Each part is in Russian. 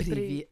Привет.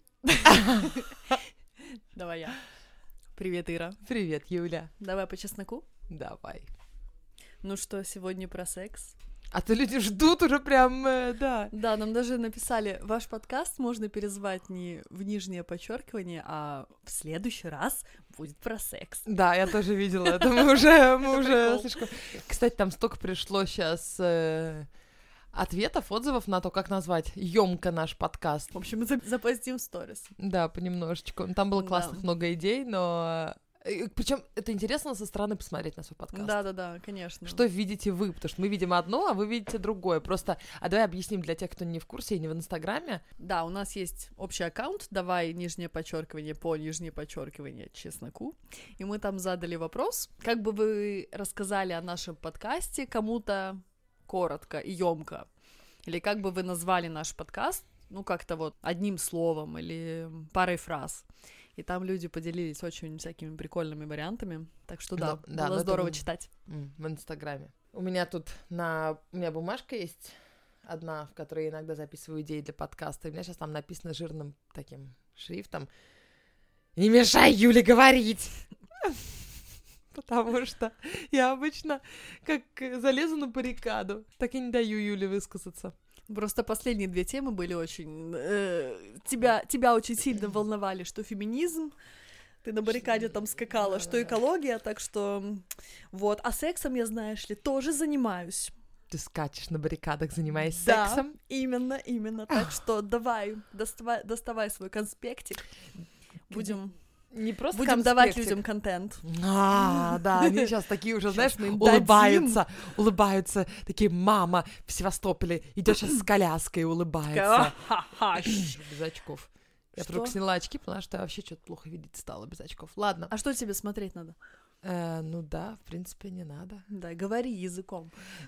Давай я. Привет, Ира. Привет, Юля. Давай по чесноку. Давай. Ну что, сегодня про секс. А то люди ждут уже прям, да. Да, нам даже написали, ваш подкаст можно перезвать не в нижнее подчеркивание, а в следующий раз будет про секс. Да, я тоже видела это. Мы уже прикол. слишком... Кстати, там столько пришло сейчас ответов, отзывов на то, как назвать ёмко наш подкаст. В общем, мы запостим в сторис. Да, понемножечку. Там было классных Да. много идей, но... Причем это интересно со стороны посмотреть на свой подкаст. Да, конечно. Что видите вы? Потому что мы видим одно, а вы видите другое. Просто, давай объясним для тех, кто не в курсе и не в Инстаграме. Да, у нас есть общий аккаунт, давай нижнее подчеркивание по нижнее подчеркивание чесноку, и мы там задали вопрос, как бы вы рассказали о нашем подкасте кому-то коротко и ёмко, или как бы вы назвали наш подкаст, ну как-то вот одним словом или парой фраз. И там люди поделились очень всякими прикольными вариантами, так что да, было здорово читать. В Инстаграме. У меня бумажка есть одна, в которой я иногда записываю идеи для подкаста, и у меня сейчас там написано жирным таким шрифтом: «Не мешай Юле говорить!» Потому что я обычно как залезу на баррикаду, так и не даю Юле высказаться. Просто последние две темы были очень... тебя очень сильно волновали, что феминизм, ты на баррикаде там скакала, что экология, так что вот. А сексом, я, знаешь ли, тоже занимаюсь. Ты скачешь на баррикадах, занимаясь Да, сексом? именно. Так что давай, доставай свой конспектик. Будем давать людям контент. Да, они сейчас такие уже, знаешь, мы им улыбаются, такие: мама в Севастополе идет сейчас с коляской, улыбается. Без очков. Я вдруг сняла очки, потому что я вообще что-то плохо видеть стала без очков. Ладно. А что тебе смотреть надо? Ну да, в принципе, не надо. Да, говори языком.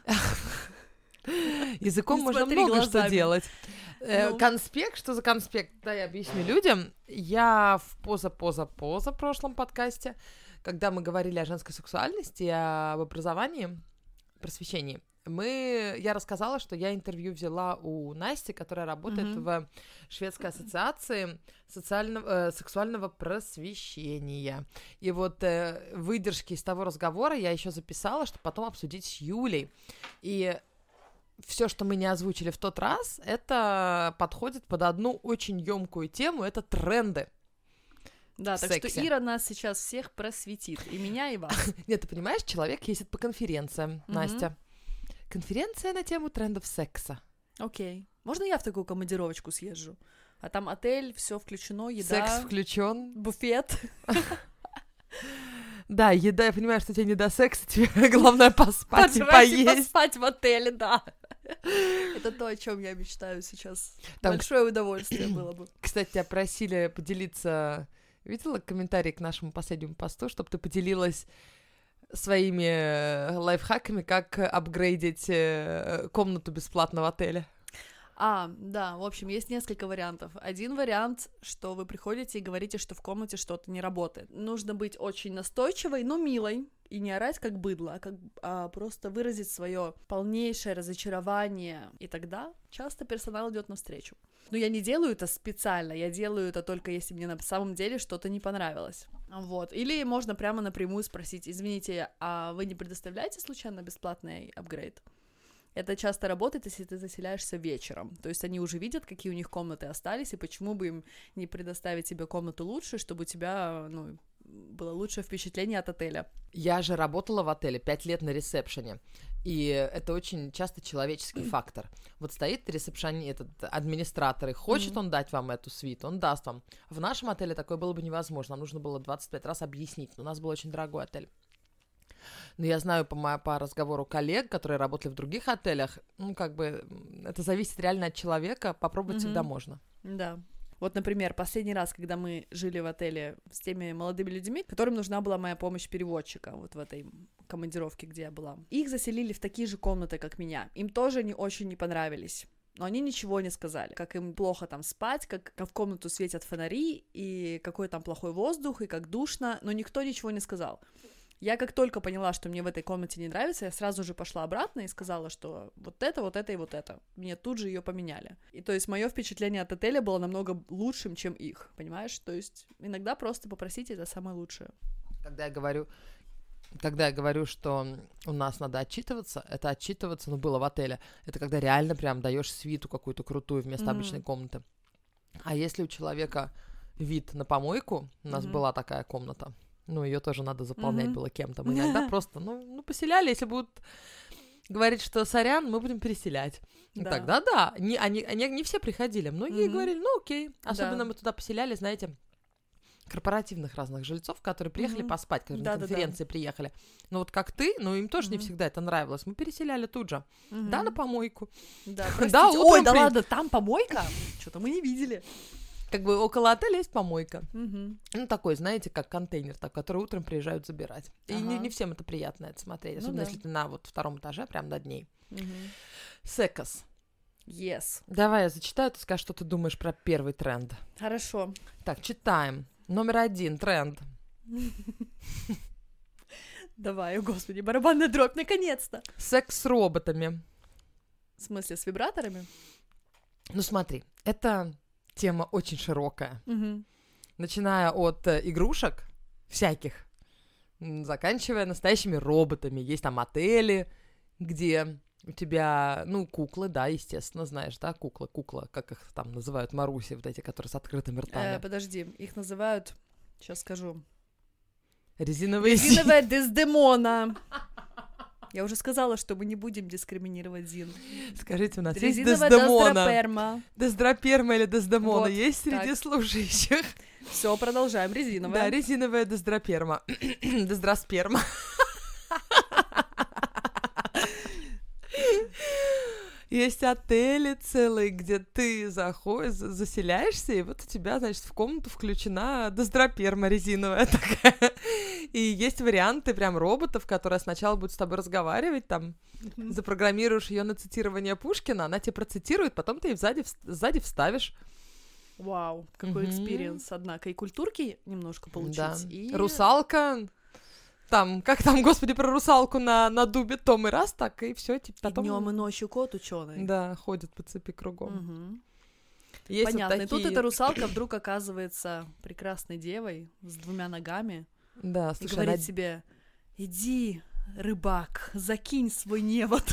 Языком можно много что делать. Конспект, что за конспект? Да, я объясню людям. Я в позапрошлом подкасте, когда мы говорили о женской сексуальности, об образовании, просвещении, я рассказала, что я интервью взяла у Насти, которая работает в Шведской ассоциации сексуального просвещения. И вот выдержки из того разговора я еще записала, чтобы потом обсудить с Юлей. И все, что мы не озвучили в тот раз, это подходит под одну очень ёмкую тему, это тренды. Да, так что Ира нас сейчас всех просветит, и меня, и вас. Нет, ты понимаешь, человек ездит по конференциям, Настя. Конференция на тему трендов секса. Окей. Можно я в такую командировочку съезжу? А там отель, все включено, еда. Секс включен. Буфет. Да, еда, я понимаю, что тебе не до секса, тебе главное поспать и поесть. Поспать в отеле, да. Это то, о чем я мечтаю сейчас. Большое удовольствие было бы. Кстати, тебя просили поделиться... Видела комментарий к нашему последнему посту, чтобы ты поделилась своими лайфхаками, как апгрейдить комнату бесплатно в отеле? Да, в общем, есть несколько вариантов. Один вариант, что вы приходите и говорите, что в комнате что-то не работает. Нужно быть очень настойчивой, но милой, и не орать как быдло, а просто выразить свое полнейшее разочарование, и тогда часто персонал идет навстречу. Но я не делаю это специально, я делаю это только если мне на самом деле что-то не понравилось. Вот. Или можно прямо напрямую спросить: извините, а вы не предоставляете случайно бесплатный апгрейд? Это часто работает, если ты заселяешься вечером. То есть они уже видят, какие у них комнаты остались, и почему бы им не предоставить тебе комнату лучше, чтобы у тебя, было лучшее впечатление от отеля. Я же работала в отеле 5 лет на ресепшене, и это очень часто человеческий фактор. Вот стоит этот администратор, и хочет он дать вам эту свиту, он даст вам. В нашем отеле такое было бы невозможно, нам нужно было 25 раз объяснить, но у нас был очень дорогой отель. Но я знаю по разговору коллег, которые работали в других отелях, это зависит реально от человека, попробовать всегда можно. Да. Вот, например, последний раз, когда мы жили в отеле с теми молодыми людьми, которым нужна была моя помощь переводчика, вот в этой командировке, где я была. Их заселили в такие же комнаты, как меня. Им тоже очень не понравились. Но они ничего не сказали, как им плохо там спать, как в комнату светят фонари, и какой там плохой воздух, и как душно, но никто ничего не сказал. Я как только поняла, что мне в этой комнате не нравится, я сразу же пошла обратно и сказала, что вот это и вот это. Мне тут же ее поменяли. И то есть мое впечатление от отеля было намного лучшим, чем их, понимаешь? То есть иногда просто попросите, это самое лучшее. Когда я говорю, что у нас надо отчитываться, это отчитываться, было в отеле, это когда реально прям даешь свиту какую-то крутую вместо обычной комнаты. А если у человека вид на помойку, у нас была такая комната, ее тоже надо заполнять было кем-то. Мы иногда просто, поселяли, если будут говорить, что сорян, мы будем переселять. Да. Тогда да, они не все приходили, многие говорили, окей. Особенно мы туда поселяли, знаете, корпоративных разных жильцов, которые приехали поспать, которые на конференции приехали. Но вот как ты, им тоже не всегда это нравилось. Мы переселяли тут же. Да, на помойку. Да, да, ой, да ладно, там помойка? Что-то мы не видели. Как бы около отеля есть помойка. Такой, знаете, как контейнер, который утром приезжают забирать. И не всем это приятно это смотреть. Особенно если ты на втором этаже, прям над ней. Секос. Yes. Давай я зачитаю, ты скажешь, что ты думаешь про первый тренд. Хорошо. Так, читаем. Номер 1, тренд. Давай, о господи, барабанная дробь, наконец-то. Секс с роботами. В смысле, с вибраторами? Смотри, это тема очень широкая. Начиная от игрушек всяких, заканчивая настоящими роботами. Есть там отели, где у тебя, куклы, да, естественно, знаешь, да, кукла, как их там называют, Маруси, вот эти, которые с открытыми ртами. Подожди, их называют, сейчас скажу. Резиновая Дездемона. Я уже сказала, что мы не будем дискриминировать Зин. Скажите, у нас резиновая есть Дездемона? Дездраперма. Дездраперма или Дездемона есть среди слушающих? Все, продолжаем. Резиновая. Да, резиновая дездраперма. Дездрасперма. Есть отели целые, где ты заходишь, заселяешься, и вот у тебя, значит, в комнату включена дездраперма резиновая такая. И есть варианты прям роботов, которые сначала будут с тобой разговаривать, там, запрограммируешь ее на цитирование Пушкина, она тебе процитирует, потом ты ей сзади вставишь. Вау, какой экспириенс, однако. И культурки немножко получить. Да. И... Русалка... Господи, про русалку на дубе том и раз, так и все. Потом... И днем и ночью кот ученый. Да, ходит по цепи кругом. Есть понятно. Вот такие... И тут эта русалка вдруг оказывается прекрасной девой с 2 ногами. Да, слушай, и говорит себе: иди, рыбак, закинь свой невод.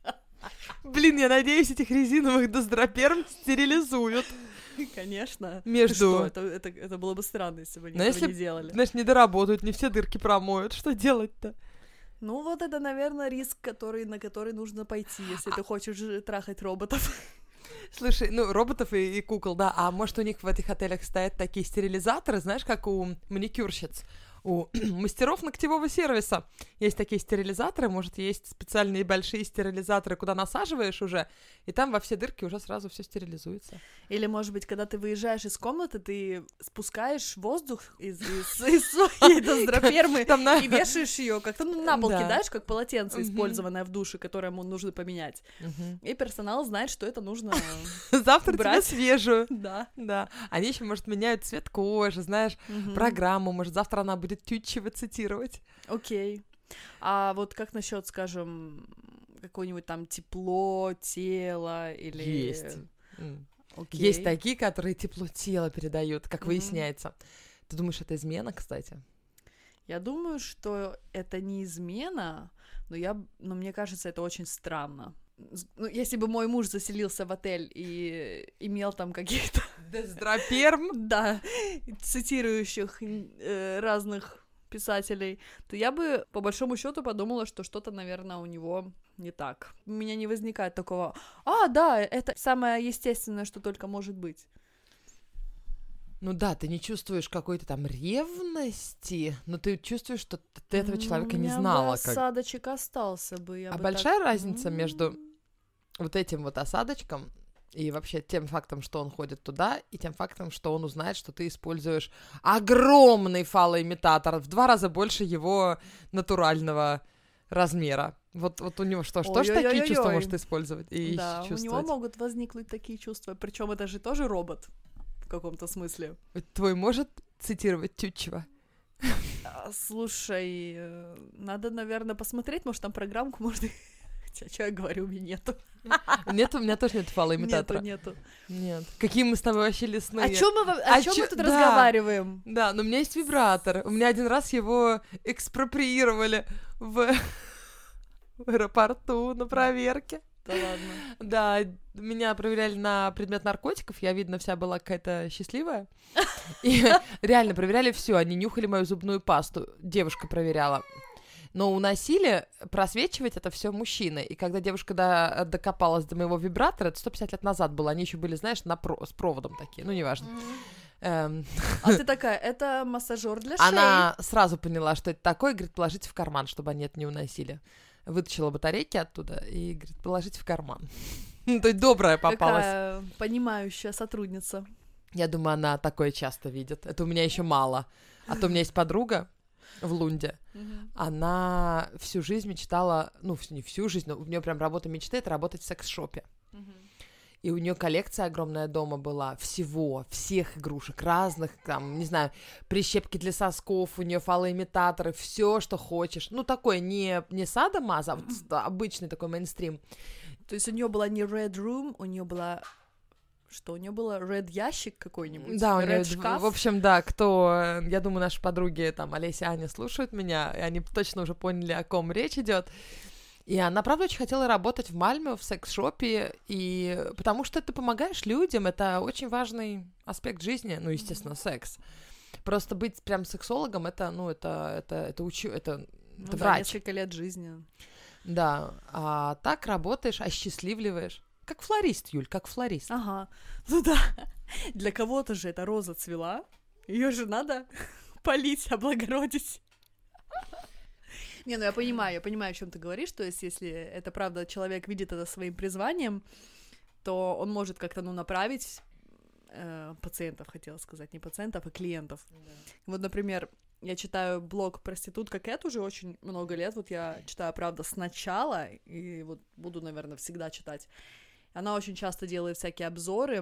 Блин, я надеюсь, этих резиновых дездраперм стерилизуют. Конечно. Между... Что? Это было бы странно, если бы они этого не делали. Знаешь, не доработают, не все дырки промоют. Что делать-то? Вот это, наверное, риск, на который нужно пойти, если ты хочешь трахать роботов. Слушай, роботов и кукол, да. А может, у них в этих отелях стоят такие стерилизаторы, знаешь, как у маникюрщиц? У мастеров ногтевого сервиса есть такие стерилизаторы, может, есть специальные большие стерилизаторы, куда насаживаешь уже, и там во все дырки уже сразу все стерилизуется. Или, может быть, когда ты выезжаешь из комнаты, ты спускаешь воздух из своей дездрапермы и вешаешь ее, как-то на пол кидаешь, как полотенце, использованное в душе, которое ему нужно поменять. И персонал знает, что это нужно завтра тебе свежую. Да. Они еще, может, меняют цвет кожи, знаешь, программу, может, завтра она будет Тютчева цитировать. Окей. А вот как насчет, скажем, какое-нибудь там тепло тела или... Есть. Есть такие, которые тепло тела передают, как выясняется. Ты думаешь, это измена, кстати? Я думаю, что это не измена, но мне кажется, это очень странно. Если бы мой муж заселился в отель и имел там каких-то... Дездраперм? Да, цитирующих разных писателей, то я бы, по большому счету, подумала, что что-то, наверное, у него не так. У меня не возникает такого: да, это самое естественное, что только может быть. Да, ты не чувствуешь какой-то там ревности, но ты чувствуешь, что ты этого человека не знала. У меня бы осадочек остался бы. Большая разница между вот этим вот осадочком и вообще тем фактом, что он ходит туда, и тем фактом, что он узнает, что ты используешь огромный фалоимитатор, в 2 раза больше его натурального размера. Вот у него что ж такие чувства может использовать и чувствовать? У него могут возникнуть такие чувства, причем это же тоже робот в каком-то смысле. Твой может цитировать Тютчева? Слушай, надо, наверное, посмотреть, может, там программку можно... Что я говорю, у меня нету. Нет, у меня тоже нет фалоимитатора. Нету. Нет. Какие мы с тобой вообще лесные. О чем мы тут разговариваем? Да, но у меня есть вибратор. У меня один раз его экспроприировали в аэропорту на проверке. Да ладно. Да, меня проверяли на предмет наркотиков, я, видно, вся была какая-то счастливая. И реально проверяли все, они нюхали мою зубную пасту, девушка проверяла. Но уносили просвечивать это все мужчины. И когда девушка докопалась до моего вибратора, это 150 лет назад было, они еще были, знаешь, с проводом такие, ну, неважно. А ты такая, это массажер для шеи? Она сразу поняла, что это такое, говорит, положите в карман, чтобы они это не уносили. Вытащила батарейки оттуда и, говорит, положите в карман. То есть добрая попалась. Какая понимающая сотрудница. Я думаю, она такое часто видит. Это у меня еще мало. А то у меня есть подруга в Лунде. Она всю жизнь мечтала, ну, не всю жизнь, но у нее прям работа мечты — это работать в секс-шопе. И у нее коллекция огромная дома была всех игрушек, разных, там, не знаю, прищепки для сосков, у нее фалоимитаторы, все, что хочешь. Ну, такой не садомаз, а вот обычный такой мейнстрим. То есть у нее была не Red Room, у нее была... Что, у нее было Red ящик какой-нибудь? Да, у нее шкаф. В общем, да, я думаю, наши подруги, там, Олеся и Аня слушают меня, и они точно уже поняли, о ком речь идет. И она, правда, очень хотела работать в Мальме, в секс-шопе, и потому что ты помогаешь людям, это очень важный аспект жизни, ну, естественно, секс. Просто быть прям сексологом, это врач. Несколько лет жизни. Да, а так работаешь, осчастливливаешь. Как флорист, Юль, как флорист. Ага, ну да, для кого-то же эта роза цвела, ее же надо полить, облагородить. Не, ну я понимаю, о чем ты говоришь, то есть если это правда, человек видит это своим призванием, то он может как-то, направить пациентов, хотела сказать, не пациентов, а клиентов. Да. Вот, например, я читаю блог «Проститутка Кэт» уже очень много лет, вот я читаю, правда, сначала, и вот буду, наверное, всегда читать. Она очень часто делает всякие обзоры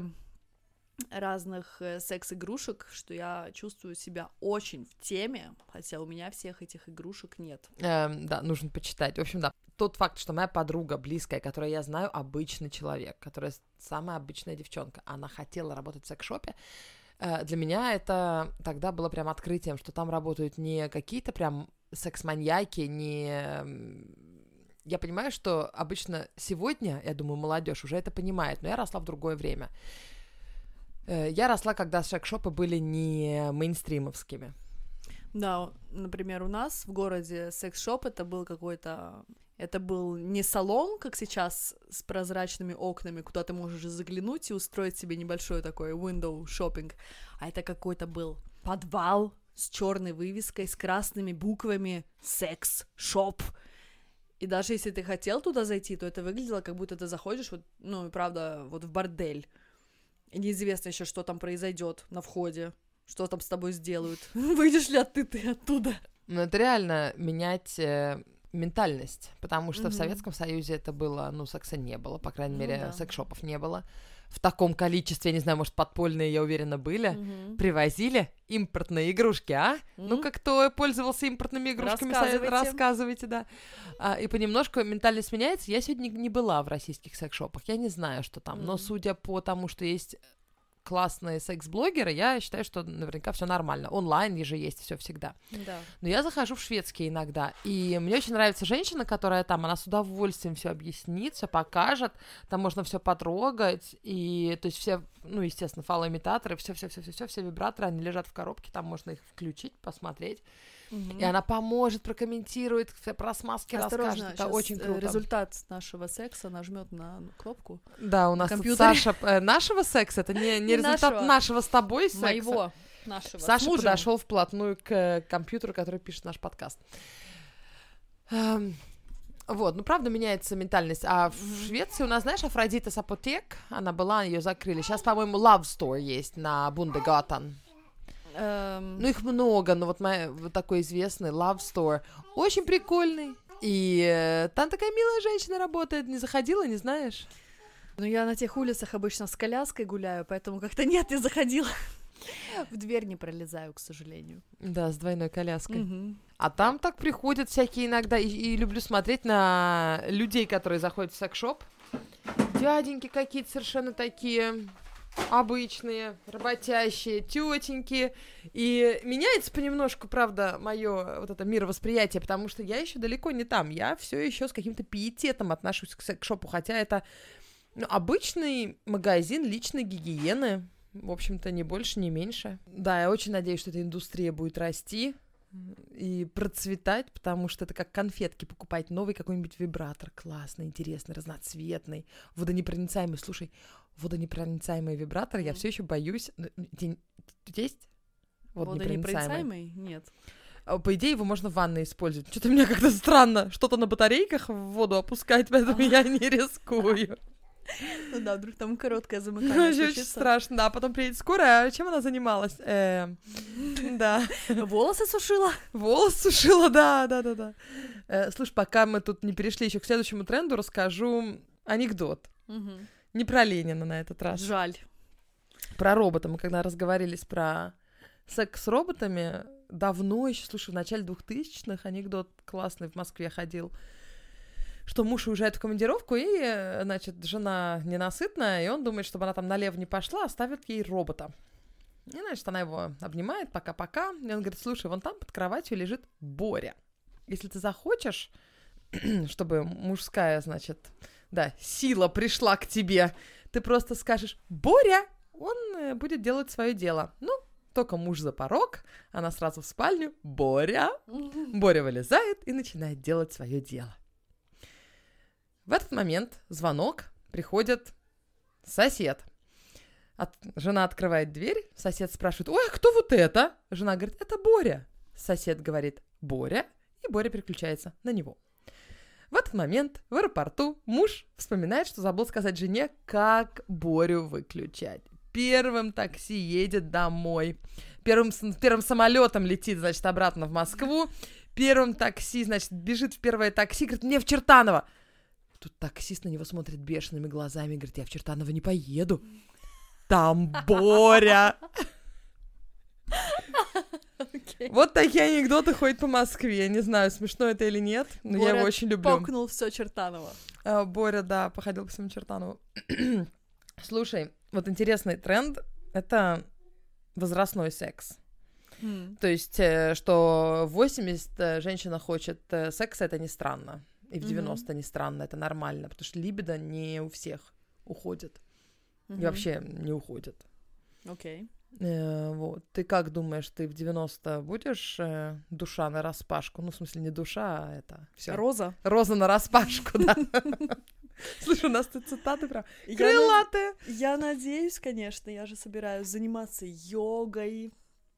разных секс-игрушек, что я чувствую себя очень в теме, хотя у меня всех этих игрушек нет. Да, нужно почитать. В общем, да, тот факт, что моя подруга близкая, которую я знаю, обычный человек, которая самая обычная девчонка, она хотела работать в секс-шопе, для меня это тогда было прям открытием, что там работают не какие-то прям секс-маньяки, не... Я понимаю, что обычно сегодня, я думаю, молодежь уже это понимает, но я росла в другое время. Я росла, когда секс-шопы были не мейнстримовскими. Да, например, у нас в городе секс-шоп это был не салон, как сейчас, с прозрачными окнами, куда ты можешь заглянуть и устроить себе небольшой такой window shopping, а это какой-то был подвал с черной вывеской, с красными буквами «секс-шоп». И даже если ты хотел туда зайти, то это выглядело, как будто ты заходишь, правда, в бордель. И неизвестно еще, что там произойдет на входе, что там с тобой сделают. Выйдешь ли ты оттуда? Ну, это реально менять ментальность, потому что в Советском Союзе это было, секса не было, по крайней мере, секс-шопов не было. В таком количестве, я не знаю, может, подпольные, я уверена, были. Привозили импортные игрушки, а? Ну-ка, кто пользовался импортными игрушками? Рассказывайте, да. И понемножку ментальность меняется. Я сегодня не была в российских секс-шопах, я не знаю, что там, но судя по тому, что есть классные секс-блогеры, я считаю, что наверняка все нормально. Онлайн же есть все всегда. Да. Но я захожу в шведские иногда, и мне очень нравится женщина, которая там, она с удовольствием все объяснит, все покажет, там можно все потрогать, и то есть все, естественно, фалоимитаторы, все вибраторы, они лежат в коробке, там можно их включить, посмотреть. И она поможет, прокомментирует, про смазки расскажет. Это очень круто. Результат нашего секса нажмет на кнопку. Да, у нас тут Саша нашего секса, это не результат нашего с тобой секса. Моего, нашего. Саша подошел вплотную к компьютеру, который пишет наш подкаст. Правда, меняется ментальность. А в Швеции у нас, знаешь, Афродита Апотек, она была, ее закрыли. Сейчас, по-моему, Love Store есть на Бундегатан. Их много, но вот такой известный Love Store очень прикольный. И там такая милая женщина работает. Не заходила, не знаешь? Я на тех улицах обычно с коляской гуляю, поэтому как-то нет, не заходила. В дверь не пролезаю, к сожалению. Да, с двойной коляской. А там так приходят всякие иногда, и люблю смотреть на людей, которые заходят в секс-шоп. Дяденьки какие-то совершенно такие обычные, работящие, тетеньки. И меняется понемножку, правда, мое вот это мировосприятие, потому что я еще далеко не там. Я все еще с каким-то пиететом отношусь к секс-шопу, хотя это обычный магазин личной гигиены. В общем-то, ни больше, ни меньше. Да, я очень надеюсь, что эта индустрия будет расти и процветать, потому что это как конфетки покупать новый какой-нибудь вибратор. Классный, интересный, разноцветный, водонепроницаемый. Слушай, водонепроницаемый вибратор, я все еще боюсь. Есть? Водонепроницаемый? Нет. По идее, его можно в ванной использовать. Что-то мне как-то странно. Что-то на батарейках в воду опускать, поэтому я не рискую. Ну да, вдруг там короткое замыкание случится. Очень страшно, да. Потом приедет скорая, а чем она занималась? Да. Волосы сушила? Волосы сушила, да. Слушай, пока мы тут не перешли еще к следующему тренду, расскажу анекдот. Не про Ленина на этот раз. Жаль. Про робота. Мы когда разговорились про секс с роботами, давно еще, слушай, в начале 2000-х анекдот классный в Москве ходил, что муж уезжает в командировку, и, значит, жена ненасытная, и он думает, чтобы она там налево не пошла, оставит ей робота. И, значит, она его обнимает, пока-пока, и он говорит, слушай, вон там под кроватью лежит Боря. Если ты захочешь, чтобы мужская, значит, да, сила пришла к тебе, ты просто скажешь «Боря», он будет делать свое дело. Ну, только муж за порог, она сразу в спальню «Боря». Боря вылезает и начинает делать свое дело. В этот момент звонок, приходит сосед. Жена открывает дверь, сосед спрашивает, ой, а кто вот это? Жена говорит, это Боря. Сосед говорит, Боря, и Боря переключается на него. В этот момент в аэропорту муж вспоминает, что забыл сказать жене, как Борю выключать. Первым такси едет домой. Первым самолетом летит, значит, обратно в Москву. Первым такси, значит, бежит в первое такси, говорит, мне в Чертаново. Тут таксист на него смотрит бешеными глазами и говорит, я в Чертаново не поеду. Там Боря. Okay. Вот такие анекдоты ходят по Москве. Не знаю, смешно это или нет, но Боря я его очень люблю. Покнул все Чертаново. Боря, да, походил по всему Чертанову. Слушай, вот интересный тренд — это возрастной секс. То есть, что в 80 женщина хочет секса, это не странно. И в 90 не странно, это нормально, потому что либидо не у всех уходит. И вообще не уходит. Окей. Вот. Ты как думаешь, ты в 90 будешь душа нараспашку? Ну, в смысле, не душа, а это всё. Роза? Роза нараспашку, да. Слушай, у нас тут цитаты прям крылатые. Я надеюсь, конечно, я же собираюсь заниматься йогой,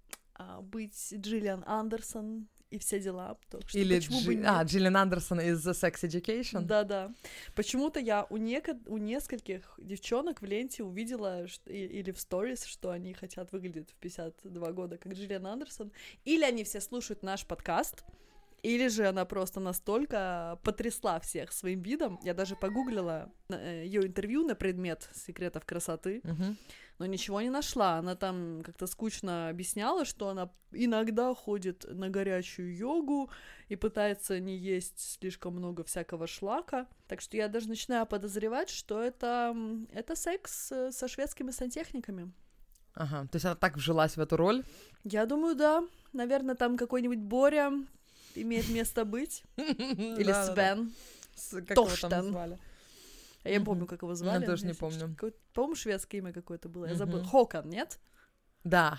быть Джиллиан Андерсон и все дела. Или Джиллиан Андерсон из The Sex Education. Да-да. Почему-то я у нескольких девчонок в ленте увидела или в сторис, что они хотят выглядеть в 52 года, как Джиллиан Андерсон. Или они все слушают наш подкаст, или же она просто настолько потрясла всех своим видом. Я даже погуглила ее интервью на предмет секретов красоты, но ничего не нашла. Она там как-то скучно объясняла, что она иногда ходит на горячую йогу и пытается не есть слишком много всякого шлака. Так что я даже начинаю подозревать, что это секс со шведскими сантехниками. Ага, то есть она так вжилась в эту роль? Я думаю, да. Наверное, там какой-нибудь Боря имеет место быть. Или Свен. Как его там звали? Я не помню, как его звали. Я тоже не помню. По-моему, шведское имя какое-то было. Я забыла. Хокон, нет? Да,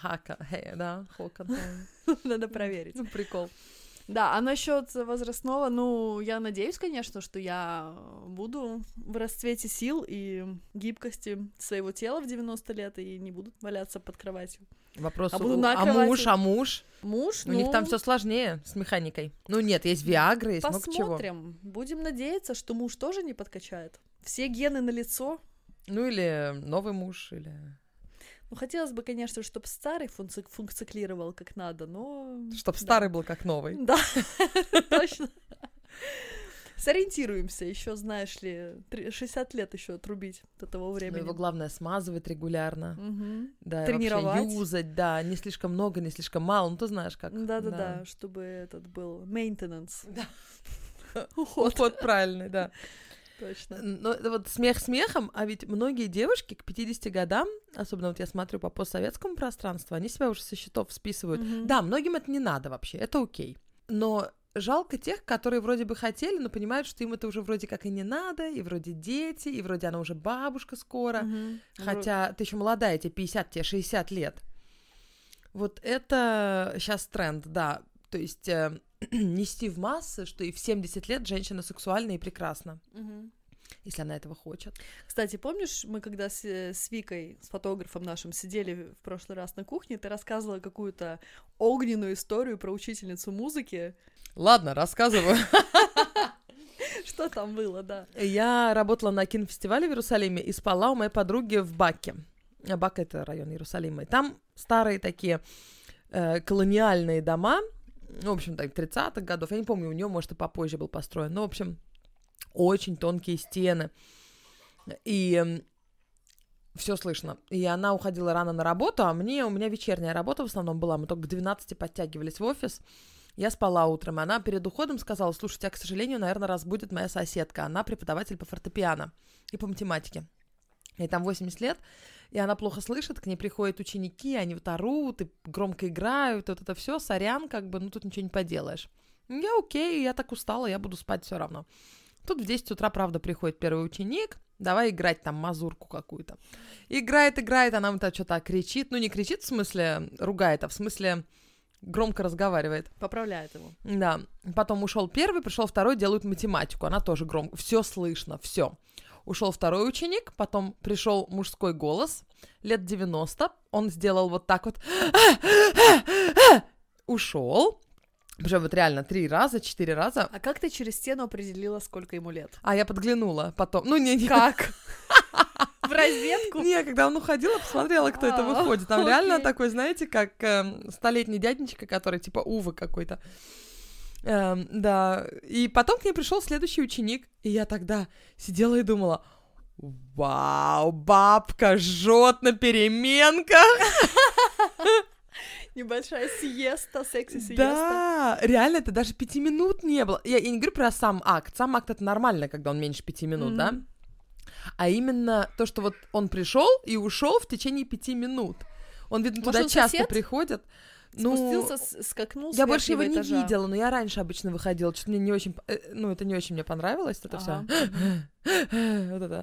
Хокон. Надо проверить. Ну, прикол. Да, а насчет возрастного, ну, я надеюсь, конечно, что я буду в расцвете сил и гибкости своего тела в 90 лет и не буду валяться под кроватью. Вопрос, муж? Муж, у них там все сложнее с механикой. Ну нет, есть Виагры, есть много чего. Посмотрим. Будем надеяться, что муж тоже не подкачает. Все гены налицо. Ну или новый муж, или... Ну, хотелось бы, конечно, чтобы старый функционировал как надо, но... Чтоб старый был как новый. Да, точно. Сориентируемся, еще, знаешь ли, 60 лет еще отрубить до того времени. Но его главное смазывать регулярно. Да, тренировать. Вообще юзать, да, не слишком много, не слишком мало, ну ты знаешь как. Да, чтобы этот был maintenance. Да. Уход правильный, да. Точно. Но вот смех смехом, а ведь многие девушки к 50 годам, особенно вот я смотрю по постсоветскому пространству, они себя уже со счетов списывают. Да, многим это не надо вообще, это окей. Но жалко тех, которые вроде бы хотели, но понимают, что им это уже вроде как и не надо, и вроде дети, и вроде она уже бабушка скоро. Хотя ты еще молодая, тебе 50, тебе 60 лет. Вот это сейчас тренд, да. То есть нести в массы, что и в 70 лет женщина сексуальна и прекрасна, если она этого хочет. Кстати, помнишь, мы когда с Викой, с фотографом нашим, сидели в прошлый раз на кухне, ты рассказывала какую-то огненную историю про учительницу музыки. Ладно, рассказываю. Что там было, да? Я работала на кинофестивале в Иерусалиме и спала у моей подруги в Бакке. Бак — это район Иерусалима. И там старые такие колониальные дома, в общем, так, 30-х годов, я не помню, у нее, может, и попозже был построен, но, в общем, очень тонкие стены, и все слышно. И она уходила рано на работу, а у меня вечерняя работа в основном была, мы только к 12 подтягивались в офис, я спала утром, и она перед уходом сказала: слушай, тебя, к сожалению, наверное, разбудит моя соседка, она преподаватель по фортепиано и по математике, ей там 80 лет, и она плохо слышит, к ней приходят ученики, они вот орут и громко играют, вот это все, сорян, как бы, ну тут ничего не поделаешь. Я окей, я так устала, я буду спать все равно. Тут в 10 утра, правда, приходит первый ученик, давай играть там мазурку какую-то. Играет, она вот что-то кричит, ну не кричит в смысле ругает, а в смысле громко разговаривает. Поправляет его. Да, потом ушел первый, пришел второй, делают математику, она тоже громко, все слышно, все. Ушел второй ученик, потом пришел мужской голос, лет 90, он сделал вот так вот, ушел, причем вот реально 3 раза, 4 раза. А как ты через стену определила, сколько ему лет? А я подглянула потом, не. Как? В розетку? Не, когда он уходил, я посмотрела, кто это выходит, там реально такой, знаете, как столетний дяденечка, который типа Увы какой-то. Да, и потом к ней пришел следующий ученик, и я тогда сидела и думала: вау, бабка жжет на переменках. Небольшая сиеста, секси-сиеста. Да, реально, это даже 5 минут не было. Я не говорю про сам акт. Сам акт — это нормально, когда он меньше 5 минут, да? А именно то, что вот он пришел и ушел в течение 5 минут. Он, видно, туда часто приходит. Спустился, скакнул с я больше его этажа. Не видела, но я раньше обычно выходила. Что-то мне не очень... это не очень мне понравилось, это все. Вот это.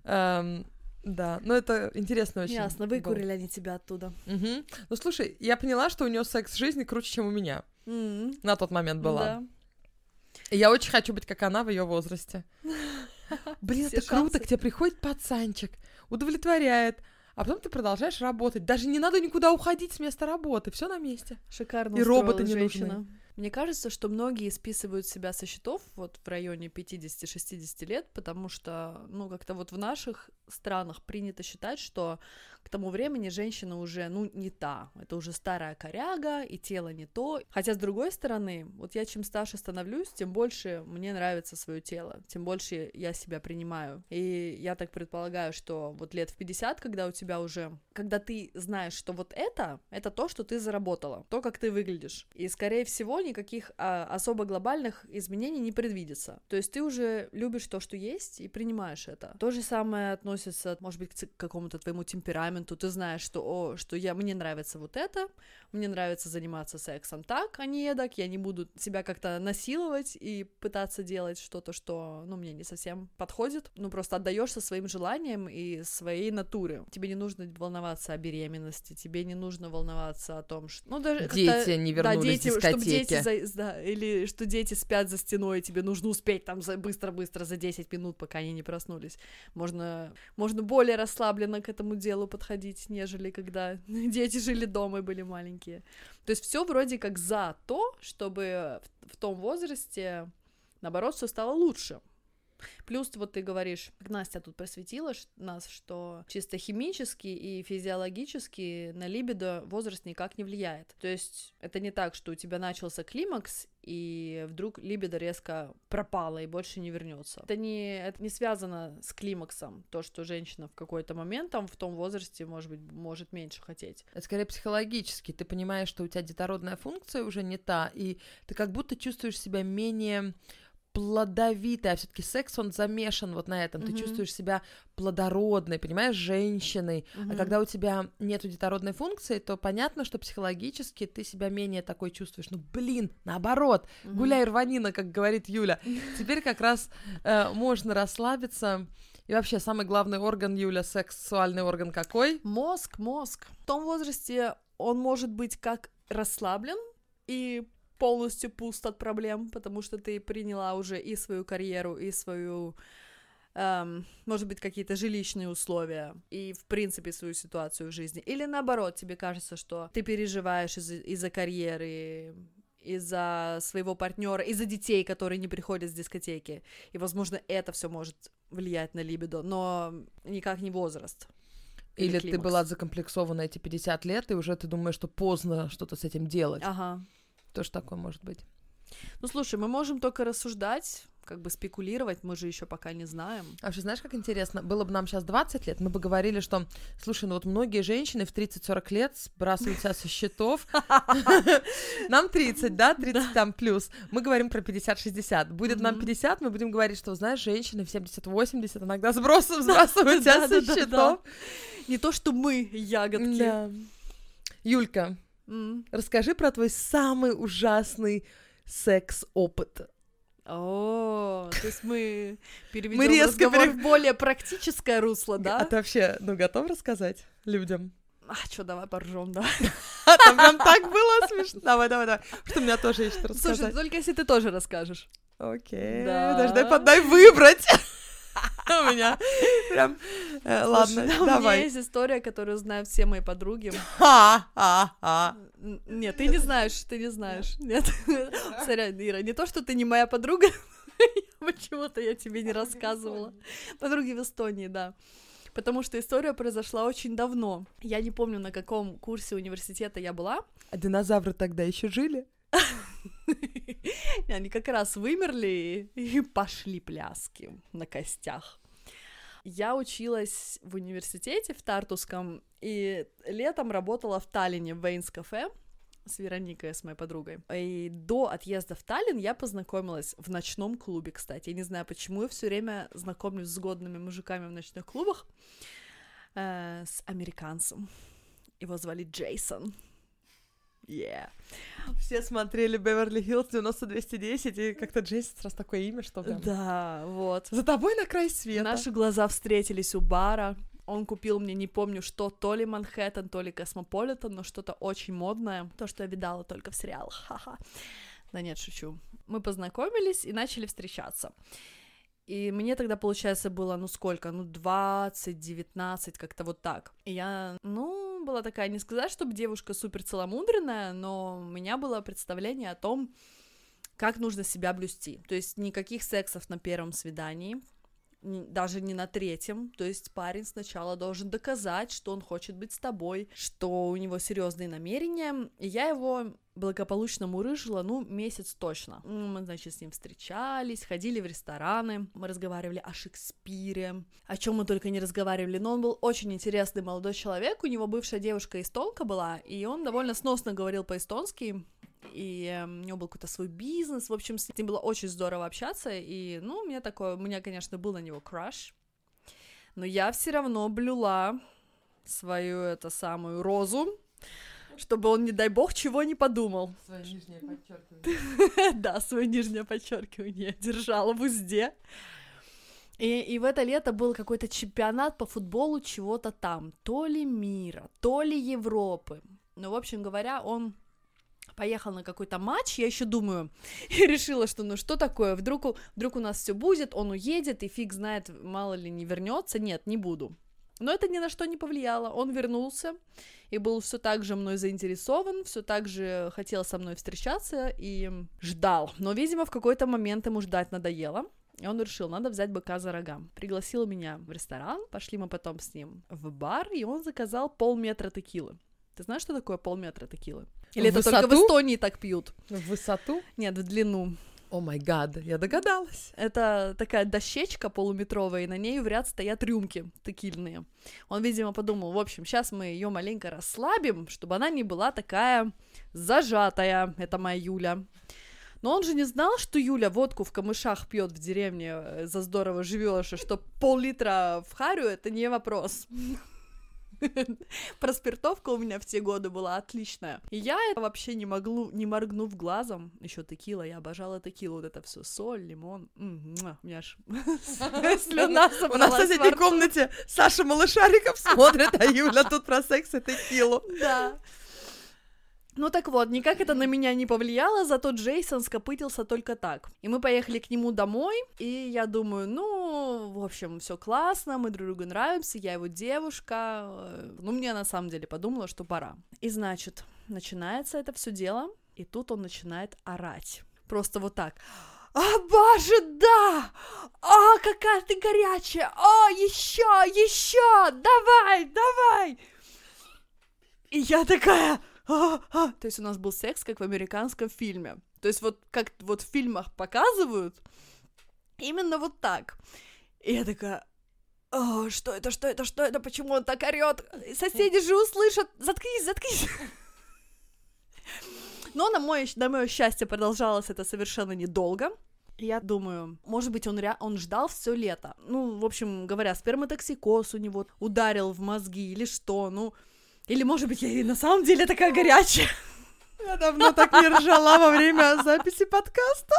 Да, но это интересно очень. Ясно, выкурили они тебя оттуда. Ну, слушай, я поняла, что у нее секс-жизнь круче, чем у меня. На тот момент была. Да. И я очень хочу быть как она в ее возрасте. Блин, это круто, к тебе приходит пацанчик, удовлетворяет, а потом ты продолжаешь работать. Даже не надо никуда уходить с места работы, все на месте. Шикарно. И роботы не женщина. нужны. Мне кажется, что многие списывают себя со счетов вот в районе 50-60 лет, потому что, как-то вот в наших странах принято считать, что к тому времени женщина уже, не та, это уже старая коряга, и тело не то. Хотя, с другой стороны, вот я чем старше становлюсь, тем больше мне нравится свое тело, тем больше я себя принимаю. И я так предполагаю, что вот лет в 50, когда у тебя уже, когда ты знаешь, что вот это то, что ты заработала, то, как ты выглядишь. И, скорее всего, никаких особо глобальных изменений не предвидится. То есть ты уже любишь то, что есть, и принимаешь это. То же самое относится, может быть, к какому-то твоему темпераменту. Ты знаешь, что мне нравится вот это, мне нравится заниматься сексом так, а не эдак, я не буду себя как-то насиловать и пытаться делать что-то, что, мне не совсем подходит. Просто отдаешься своим желаниям и своей натуре. Тебе не нужно волноваться о беременности, тебе не нужно волноваться о том, что... даже дети не вернулись с дискотеки. Или что дети спят за стеной, и тебе нужно успеть там быстро-быстро за 10 минут, пока они не проснулись. Можно более расслабленно к этому делу подходить, нежели когда дети жили дома и были маленькие. То есть все вроде как за то, чтобы в том возрасте, наоборот, все стало лучше. Плюс вот ты говоришь, как Настя тут просветила нас, что чисто химически и физиологически на либидо возраст никак не влияет. То есть это не так, что у тебя начался климакс, и вдруг либидо резко пропало и больше не вернется. Это не связано с климаксом, то, что женщина в какой-то момент там в том возрасте, может меньше хотеть. Это скорее психологически. Ты понимаешь, что у тебя детородная функция уже не та, и ты как будто чувствуешь себя менее плодовитая, а все-таки секс, он замешан вот на этом. Ты чувствуешь себя плодородной, понимаешь, женщиной. А когда у тебя нету детородной функции, то понятно, что психологически ты себя менее такой чувствуешь. Ну, блин, наоборот, гуляй рванина, как говорит Юля. Теперь как раз можно расслабиться. И вообще, самый главный орган, Юля, сексуальный орган какой? Мозг. В том возрасте он может быть как расслаблен и полностью пуст от проблем, потому что ты приняла уже и свою карьеру, и свою, может быть, какие-то жилищные условия, и, в принципе, свою ситуацию в жизни. Или, наоборот, тебе кажется, что ты переживаешь из-за карьеры, из-за своего партнера, из-за детей, которые не приходят с дискотеки. И, возможно, это все может влиять на либидо, но никак не возраст. Или ты была закомплексована эти 50 лет, и уже ты думаешь, что поздно что-то с этим делать. Ага. Тоже такое может быть. Ну, слушай, мы можем только рассуждать, как бы спекулировать, мы же еще пока не знаем. А вообще, знаешь, как интересно, было бы нам сейчас 20 лет, мы бы говорили, что, слушай, ну вот многие женщины в 30-40 лет сбрасывают себя со счетов. Нам 30, да, 30 там плюс. Мы говорим про 50-60. Будет нам 50, мы будем говорить, что, знаешь, женщины в 70-80 иногда сбрасывают себя со счетов. Не то, что мы, ягодки. Юлька, расскажи про твой самый ужасный секс-опыт. То есть мы переведем разговор в более практическое русло, да? А ты вообще, готов рассказать людям? Давай поржем, да? Там прям так было смешно. Давай. Что у меня тоже есть что рассказать. Слушай, только если ты тоже расскажешь. Окей. Дай выбрать. У меня прям... Ладно, давай. У меня есть история, которую знают все мои подруги. Нет, ты не знаешь. Нет. Сорян, Ира, не то, что ты не моя подруга, почему-то я тебе не рассказывала. Подруги в Эстонии, да. Потому что история произошла очень давно. Я не помню, на каком курсе университета я была. А динозавры тогда еще жили? Они как раз вымерли и пошли пляски на костях. Я училась в университете в Тартуском и летом работала в Таллине в Вейнс кафе с Вероникой, с моей подругой. И до отъезда в Таллин я познакомилась в ночном клубе, кстати. Я не знаю, почему я все время знакомлюсь с годными мужиками в ночных клубах. С американцем. Его звали Джейсон. Все смотрели Беверли-Хиллз 90-210, и как-то Джейсон сразу такое имя, что прям... Да, вот. За тобой на край света. Наши глаза встретились у бара. Он купил мне, не помню что, то ли Манхэттен, то ли Космополитен, но что-то очень модное. То, что я видала только в сериалах. Ха-ха. Да нет, шучу. Мы познакомились и начали встречаться. И мне тогда, получается, было, 20, 19, как-то вот так. И я, была такая, не сказать, чтобы девушка супер целомудренная, но у меня было представление о том, как нужно себя блюсти. То есть никаких сексов на первом свидании, даже не на третьем. То есть парень сначала должен доказать, что он хочет быть с тобой, что у него серьезные намерения. И я его благополучно мурыжила, месяц точно. Мы, значит, с ним встречались, ходили в рестораны, мы разговаривали о Шекспире, о чем мы только не разговаривали, но он был очень интересный молодой человек, у него бывшая девушка эстонка была, и он довольно сносно говорил по-эстонски, и у него был какой-то свой бизнес, в общем, с ним было очень здорово общаться, и, у меня, конечно, был на него краш, но я все равно блюла свою самую розу, чтобы он, не дай бог, чего не подумал. Свое нижнее подчеркивание. Да, свое нижнее подчеркивание держала в узде. И в это лето был какой-то чемпионат по футболу чего-то там. То ли мира, то ли Европы. В общем говоря, он поехал на какой-то матч, я еще думаю, и решила, что что такое, вдруг у нас все будет, он уедет, и фиг знает, мало ли не вернется. Нет, не буду. Но это ни на что не повлияло. Он вернулся и был все так же мной заинтересован, все так же хотел со мной встречаться и ждал. Но, видимо, в какой-то момент ему ждать надоело. И он решил, надо взять быка за рога. Пригласил меня в ресторан, пошли мы потом с ним в бар, и он заказал полметра текилы. Ты знаешь, что такое полметра текилы? Или это только в Эстонии так пьют? В высоту? Нет, в длину. О май гад, я догадалась. Это такая дощечка полуметровая, и на ней в ряд стоят рюмки текильные. Он, видимо, подумал, в общем, сейчас мы ее маленько расслабим, чтобы она не была такая зажатая. Это моя Юля. Но он же не знал, что Юля водку в камышах пьет в деревне, за здорово живешь, и что пол-литра в харю — это не вопрос. Проспиртовка у меня в те годы была отличная. И я вообще не моргнув глазом, еще текила, я обожала текилу, вот это все, соль, лимон, у меня аж слюна собралась. У нас в соседней комнате Саша Малышариков смотрит, а Юля тут про секс и текилу. Да. Ну так вот, никак это на меня не повлияло, зато Джейсон скопытился только так. И мы поехали к нему домой, и я думаю, ну, в общем, все классно, мы друг другу нравимся, я его девушка. Ну, мне на самом деле подумала, что пора. И значит, начинается это все дело, и тут он начинает орать. Просто вот так. «О, боже, да! О, какая ты горячая! О, еще! Давай! И я такая... То есть у нас был секс, как в американском фильме. То есть вот как вот в фильмах показывают, именно вот так. И я такая, что это, почему он так орёт? Соседи же услышат, заткнись. Но на мое счастье продолжалось это совершенно недолго. Я думаю, может быть, он ждал все лето. Ну, в общем говоря, сперматоксикоз у него ударил в мозги или что, ну... Или, может быть, я и на самом деле такая горячая. Я давно так не ржала во время записи подкаста.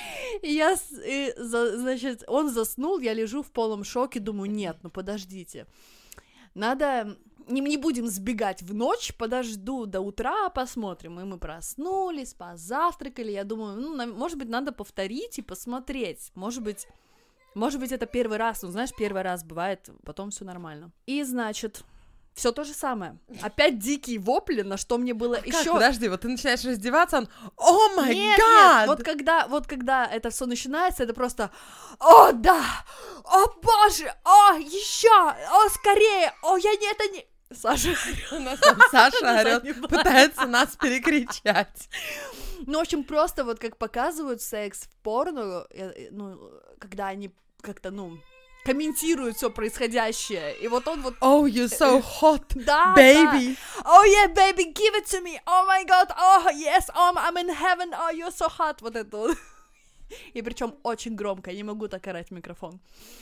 Значит, он заснул, я лежу в полном шоке, думаю, нет, ну подождите. Надо... Не будем сбегать в ночь, подожду до утра, посмотрим. И мы проснулись, позавтракали. Я думаю, ну, может быть, надо повторить и посмотреть. Может быть, это первый раз. Ну, знаешь, первый раз бывает, потом все нормально. И, значит... Все то же самое. Опять дикие вопли, на что мне было еще. Подожди, вот ты начинаешь раздеваться, он «О май гад!» Вот когда это все начинается, это просто «О, да! О, боже! О, еще! О, скорее! О, я не это не...» Саша. У нас там Саша орёт, пытается нас перекричать. Ну, в общем, просто вот как показывают секс в порно, ну, когда они как-то, ну... комментирует все происходящее, и вот он вот... Oh, you're so hot, да, baby! Да. Oh, yeah, baby, give it to me! Oh, my God! Oh, yes! I'm in heaven! Oh, you're so hot! Вот это вот. И причем очень громко, я не могу так орать в микрофон.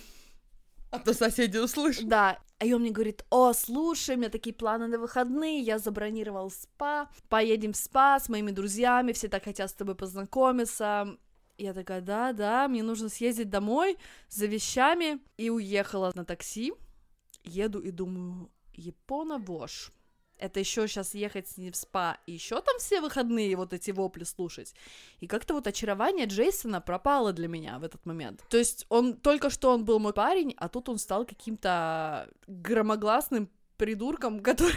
А то соседи услышат. Да, и он мне говорит, о, слушай, у меня такие планы на выходные, я забронировал спа, поедем в спа с моими друзьями, все так хотят с тобой познакомиться. Я такая, да, мне нужно съездить домой за вещами. И уехала на такси. Еду и думаю, Япона вошь. Это еще сейчас ехать с ней в спа и еще там все выходные вот эти вопли слушать. И как-то вот очарование Джейсона пропало для меня в этот момент. То есть только что он был мой парень, а тут он стал каким-то громогласным придурком,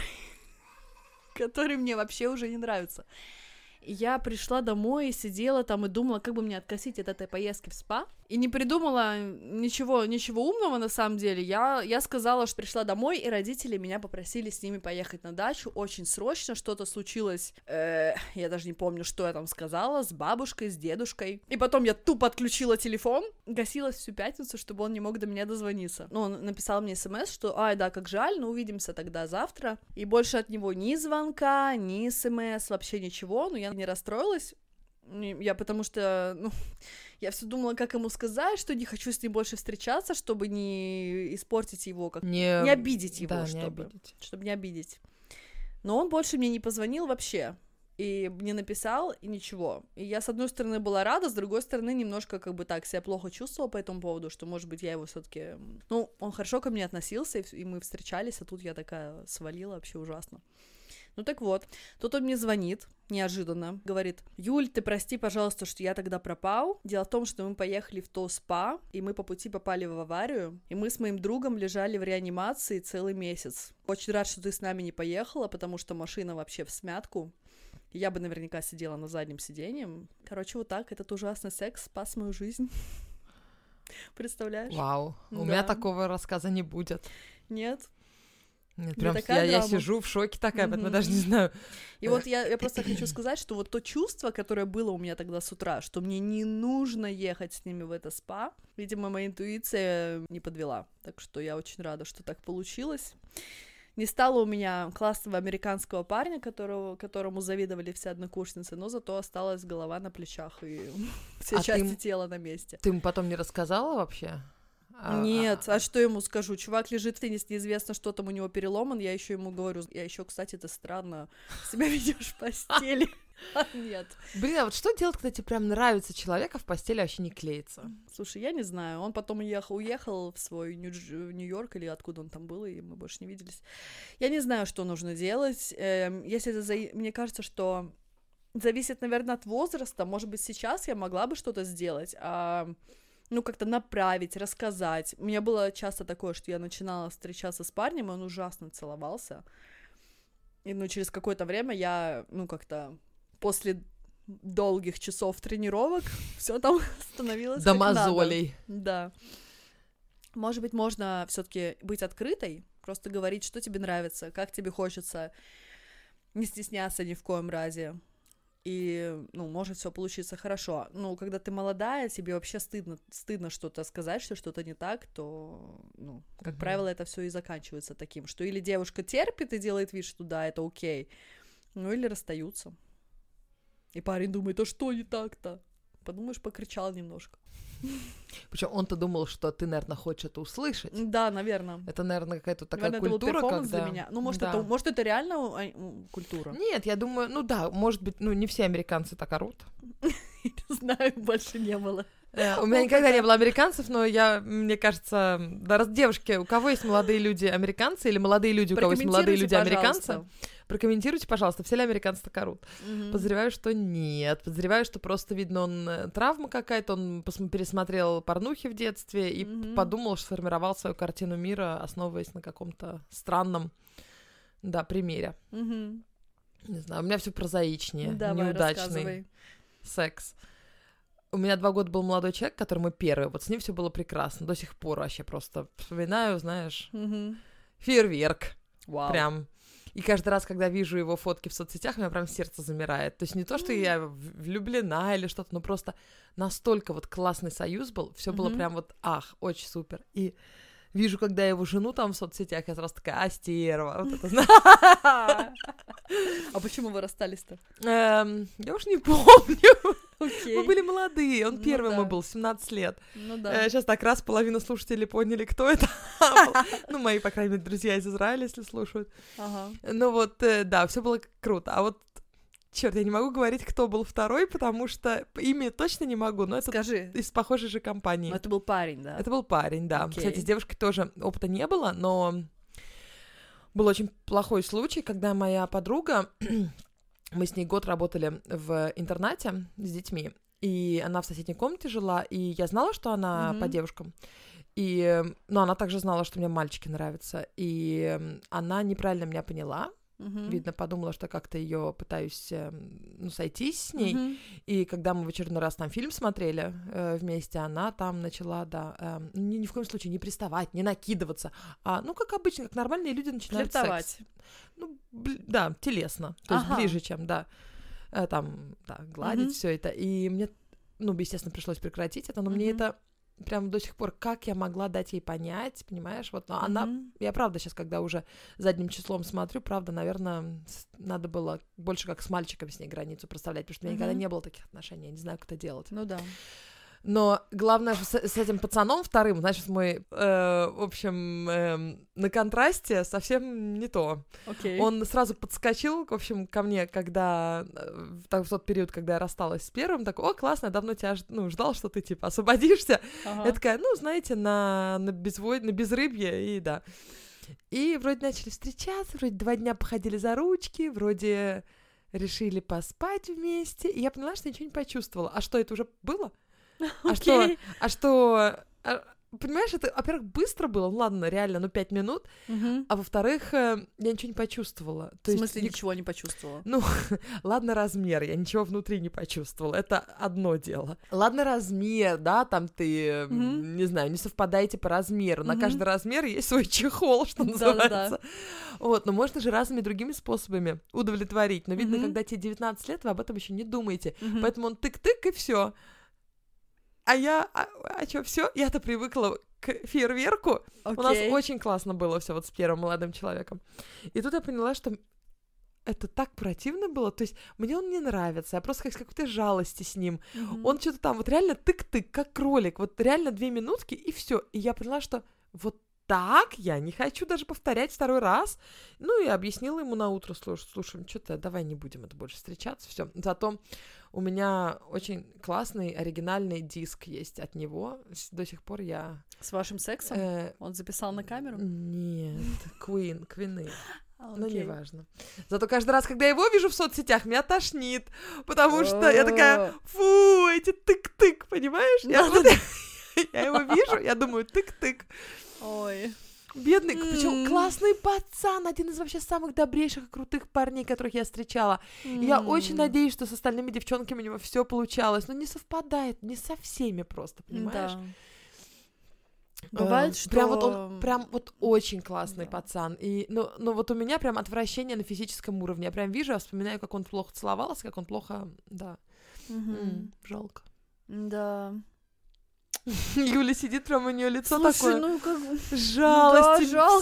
который мне вообще уже не нравится. Я пришла домой и сидела там и думала, как бы мне откосить от этой поездки в спа. И не придумала ничего умного на самом деле. Я сказала, что пришла домой, и родители меня попросили с ними поехать на дачу. Очень срочно что-то случилось. Я даже не помню, что я там сказала. С бабушкой, с дедушкой. И потом я тупо отключила телефон. Гасилась всю пятницу, чтобы он не мог до меня дозвониться. Ну, он написал мне смс, что ай, да, как жаль, но увидимся тогда завтра. И больше от него ни звонка, ни смс, вообще ничего. Но я не расстроилась. Потому что, я все думала, как ему сказать, что не хочу с ним больше встречаться, чтобы не испортить его, не обидеть его, да, чтобы не обидеть. Но он больше мне не позвонил вообще, и мне написал, и ничего. И я, с одной стороны, была рада, с другой стороны, немножко как бы так себя плохо чувствовала по этому поводу, что, может быть, я его все-таки... Ну, он хорошо ко мне относился, и мы встречались, а тут я такая свалила, вообще ужасно. Ну так вот, тут он мне звонит, неожиданно, говорит, Юль, ты прости, пожалуйста, что я тогда пропал. Дело в том, что мы поехали в то спа, и мы по пути попали в аварию, и мы с моим другом лежали в реанимации целый месяц. Очень рад, что ты с нами не поехала, потому что машина вообще всмятку. Я бы наверняка сидела на заднем сиденье. Короче, вот так, этот ужасный секс спас мою жизнь. Представляешь? Вау, у меня такого рассказа не будет. Нет? Нет, прям я сижу в шоке такая, поэтому даже не знаю. И вот я просто хочу сказать, что вот то чувство, которое было у меня тогда с утра, что мне не нужно ехать с ними в это спа, видимо, моя интуиция не подвела. Так что я очень рада, что так получилось. Не стало у меня классного американского парня, которому завидовали все однокурсницы, но зато осталась голова на плечах и все части тела на месте. Ты ему потом не рассказала вообще? Нет, а что ему скажу? Чувак лежит в теннисе, неизвестно, что там у него переломан. Я еще ему говорю, кстати, ты странно себя ведешь в постели. Нет. Блин, а вот что делать, когда тебе прям нравится человек, а в постели вообще не клеится? Слушай, я не знаю. Он потом уехал в свой Нью-Йорк или откуда он там был, и мы больше не виделись. Я не знаю, что нужно делать. Если мне кажется, что зависит, наверное, от возраста. Может быть, сейчас я могла бы что-то сделать, как-то направить, рассказать. У меня было часто такое, что я начинала встречаться с парнем, и он ужасно целовался. И, через какое-то время я, как-то после долгих часов тренировок все там становилось до мозолей. Да. Может быть, можно все-таки быть открытой, просто говорить, что тебе нравится, как тебе хочется, не стесняться ни в коем разе. И, может все получиться хорошо. Когда ты молодая, тебе вообще стыдно что-то сказать, что что-то не так, то, как правило, это все и заканчивается таким, что или девушка терпит и делает вид, что да, это окей, или расстаются. И парень думает, а что не так-то? Подумаешь, покричал немножко. Причем он-то думал, что ты, наверное, хочешь это услышать. Да, наверное. Это, наверное, какая-то такая культура, это был перформанс для меня. Может, это реально культура? Нет, я думаю, может быть, не все американцы так орут. Не знаю, больше не было. У меня никогда не было американцев, но мне кажется, раз девушки, у кого есть молодые люди американцы или молодые люди, у кого есть молодые люди американцы, прокомментируйте, пожалуйста, все ли американцы так орут. Подозреваю, что нет. Подозреваю, что просто, видно, он травма какая-то, он пересмотрел порнухи в детстве и подумал, что сформировал свою картину мира, основываясь на каком-то странном, примере. Не знаю, у меня все прозаичнее, неудачный секс. У меня 2 года был молодой человек, который мой первый, вот с ним все было прекрасно, до сих пор вообще просто вспоминаю, знаешь, фейерверк, прям. И каждый раз, когда вижу его фотки в соцсетях, у меня прям сердце замирает. То есть не то, что я влюблена или что-то, но просто настолько вот классный союз был, все было прям очень супер. И вижу, когда я его жену там в соцсетях, я сразу такая, стерва, вот это знаешь. А почему вы расстались-то? Я уж не помню. Okay. Мы были молодые, он первый мой был, 17 лет. Сейчас так раз половина слушателей поняли, кто это. Мои, по крайней мере, друзья из Израиля, если слушают. Все было круто. А вот, черт, я не могу говорить, кто был второй, потому что имя точно не могу, но это из похожей же компании. Но это был парень, да? Это был парень, да. Okay. Кстати, с девушкой тоже опыта не было, но был очень плохой случай, когда моя подруга... Мы с ней год работали в интернате с детьми, и она в соседней комнате жила, и я знала, что она по девушкам, но она также знала, что мне мальчики нравятся, и она неправильно меня поняла, видно, подумала, что как-то ее пытаюсь, сойтись с ней, и когда мы в очередной раз там фильм смотрели вместе, она там начала, ни в коем случае не приставать, не накидываться, как обычно, как нормальные люди начинают секс. Телесно, то есть ближе, чем, гладить все это, и мне, естественно, пришлось прекратить это, но мне это прям до сих пор, как я могла дать ей понять, понимаешь, но она, я правда сейчас, когда уже задним числом смотрю, правда, наверное, надо было больше как с мальчиком с ней границу проставлять, потому что у меня никогда не было таких отношений, я не знаю, как это делать. Да. Но главное, с этим пацаном вторым, значит, мой, на контрасте совсем не то. Okay. Он сразу подскочил, в общем, ко мне, когда, в тот период, когда я рассталась с первым, такой, классно, я давно тебя ждал, что ты, освободишься. Я такая, знаете, на безрыбье, и да. И вроде начали встречаться, вроде 2 дня походили за ручки, вроде решили поспать вместе, и я поняла, что ничего не почувствовала. А что, это уже было? Okay. понимаешь, это, во-первых, быстро было, ну ладно, реально, 5 минут, а во-вторых, я ничего не почувствовала. В смысле, ничего не почувствовала? Ну, ладно, размер, я ничего внутри не почувствовала, это одно дело. Ладно, размер, да, там ты, не знаю, не совпадаете по размеру, на каждый размер есть свой чехол, что называется. Вот, но можно же разными другими способами удовлетворить, но видно, когда тебе 19 лет, вы об этом еще не думаете, поэтому он тык-тык и все. А что, все? Я-то привыкла к фейерверку. У нас очень классно было все вот с первым молодым человеком. И тут я поняла, что это так противно было. То есть мне он не нравится. Я просто с какой-то жалости с ним. Он что-то там вот реально тык-тык, как кролик. Вот реально 2 минутки, и все. И я поняла, что вот так я не хочу даже повторять второй раз. Ну, и объяснила ему наутро: слушай, что-то давай не будем это больше встречаться, все. Зато у меня очень классный оригинальный диск есть от него. До сих пор я... С вашим сексом? Он записал на камеру? Нет, Квины. Ну, неважно. Зато каждый раз, когда я его вижу в соцсетях, меня тошнит, потому что я такая: фу, эти тык-тык, понимаешь? Я его вижу, я думаю: тык-тык. Ой. Бедный, причем классный пацан, один из вообще самых добрейших и крутых парней, которых я встречала. И я очень надеюсь, что с остальными девчонками у него все получалось, но не совпадает, не со всеми просто, понимаешь? Да. Бывает, что... Прям вот очень классный пацан. И, но вот у меня прям отвращение на физическом уровне. Я прям вижу, я вспоминаю, как он плохо целовался, как он плохо... Да. Жалко. Да. Юля сидит, прям у нее лицо Слушай, такое. Ну, как... Жалости, да,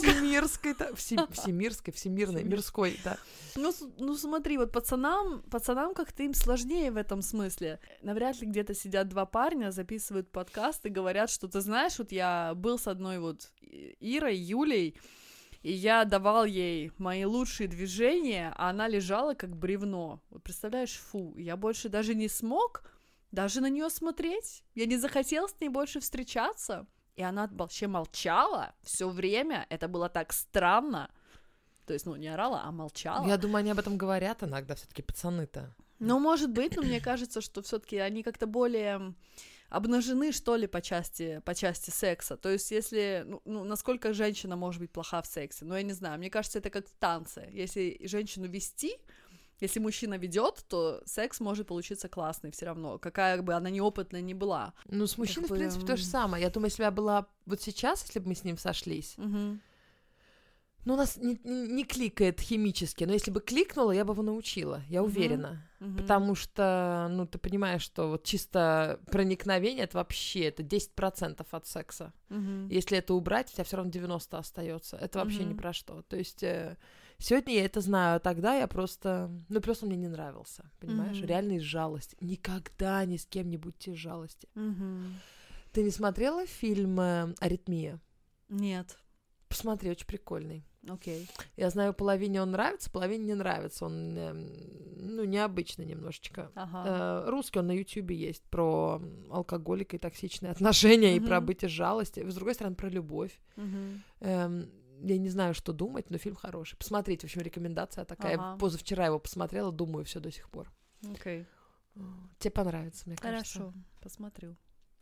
всемирской, мирской, да. Ну смотри, вот пацанам как-то им сложнее в этом смысле. Навряд ли где-то сидят 2 парня, записывают подкаст и говорят, что ты знаешь, вот я был с одной вот Ирой, Юлей, и я давал ей мои лучшие движения, а она лежала как бревно. Вот представляешь, фу, я больше даже не смог даже на нее смотреть. Я не захотел с ней больше встречаться. И она вообще молчала все время. Это было так странно. То есть, не орала, а молчала. Я думаю, они об этом говорят иногда, все-таки пацаны-то. Ну, может быть, но мне кажется, что все-таки они как-то более обнажены, что ли, по части секса. То есть, если... насколько женщина может быть плоха в сексе? Ну, я не знаю. Мне кажется, это как в танце. Если женщину вести... Если мужчина ведет, то секс может получиться классный все равно, какая бы она неопытная ни была. Ну, с мужчиной, в принципе, то же самое. Я думаю, если бы я была вот сейчас, если бы мы с ним сошлись, у нас не кликает химически, но если бы кликнуло, я бы его научила, я уверена. Потому что, ты понимаешь, что вот чисто проникновение, это вообще, это 10% от секса. Если это убрать, у тебя все равно 90 остается. Это вообще ни про что. То есть... Сегодня я это знаю, а тогда я просто... просто он мне не нравился, понимаешь? Реально из жалости. Никогда ни с кем не будьте из жалости. Ты не смотрела фильм «Аритмия»? Нет. Посмотри, очень прикольный. Окей. Я знаю, половине он нравится, половине не нравится. Он, необычный немножечко. Русский, он на Ютьюбе есть, про алкоголика и токсичные отношения, и про быть из жалости. С другой стороны, про любовь. Я не знаю, что думать, но фильм хороший. Посмотрите, в общем, рекомендация такая. Я позавчера его посмотрела, думаю все до сих пор. Окей. Тебе понравится, мне кажется. Хорошо, посмотрю.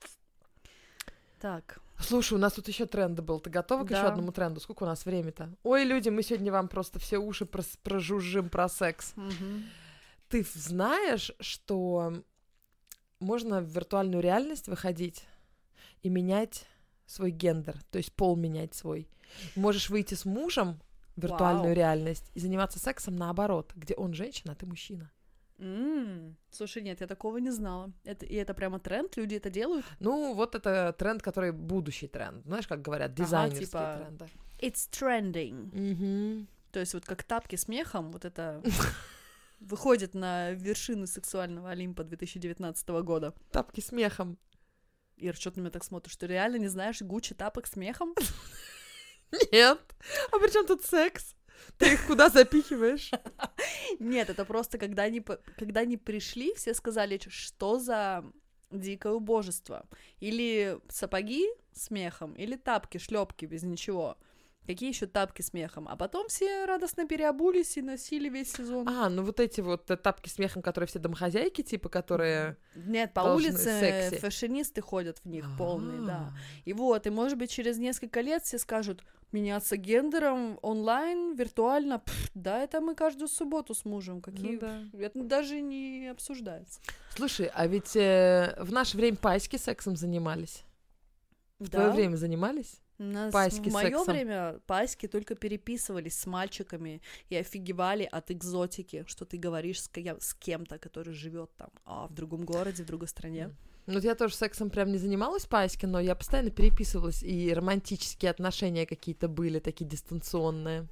Так. Слушай, у нас тут еще тренд был. Ты готова к еще одному тренду? Сколько у нас времени-то? Ой, люди, мы сегодня вам просто все уши прожужжим про секс. Ты знаешь, что можно в виртуальную реальность выходить и менять свой гендер, то есть пол менять свой. Можешь выйти с мужем в виртуальную реальность и заниматься сексом наоборот, где он женщина, а ты мужчина. Слушай, нет, я такого не знала. И это прямо тренд? Люди это делают? Ну, вот это тренд, который будущий тренд. Знаешь, как говорят, дизайнерские тренды. It's trending. То есть вот как тапки с мехом, вот это выходит на вершины сексуального Олимпа 2019 года. Тапки с мехом. Ир, что ты на меня так смотришь? Ты реально не знаешь Гуччи тапок с мехом? Нет. А при чем тут секс? Ты их куда запихиваешь? Нет, это просто когда они пришли, все сказали, что за дикое убожество. Или сапоги с мехом, или тапки, шлепки без ничего. Какие еще тапки с мехом? А потом все радостно переобулись и носили весь сезон. Ну вот эти вот тапки с мехом, которые все домохозяйки, типа, которые... Нет, по улице фэшинисты ходят в них полные, да. И вот, и может быть через несколько лет все скажут, меняться гендером онлайн, виртуально, да, это мы каждую субботу с мужем, какие... Это даже не обсуждается. Слушай, а ведь в наше время паськи сексом занимались. В твое время занимались? В мое время паськи только переписывались с мальчиками и офигевали от экзотики, что ты говоришь с кем-то, который живет там, в другом городе, в другой стране. Ну, я тоже сексом прям не занималась паськи, но я постоянно переписывалась, и романтические отношения какие-то были, такие дистанционные.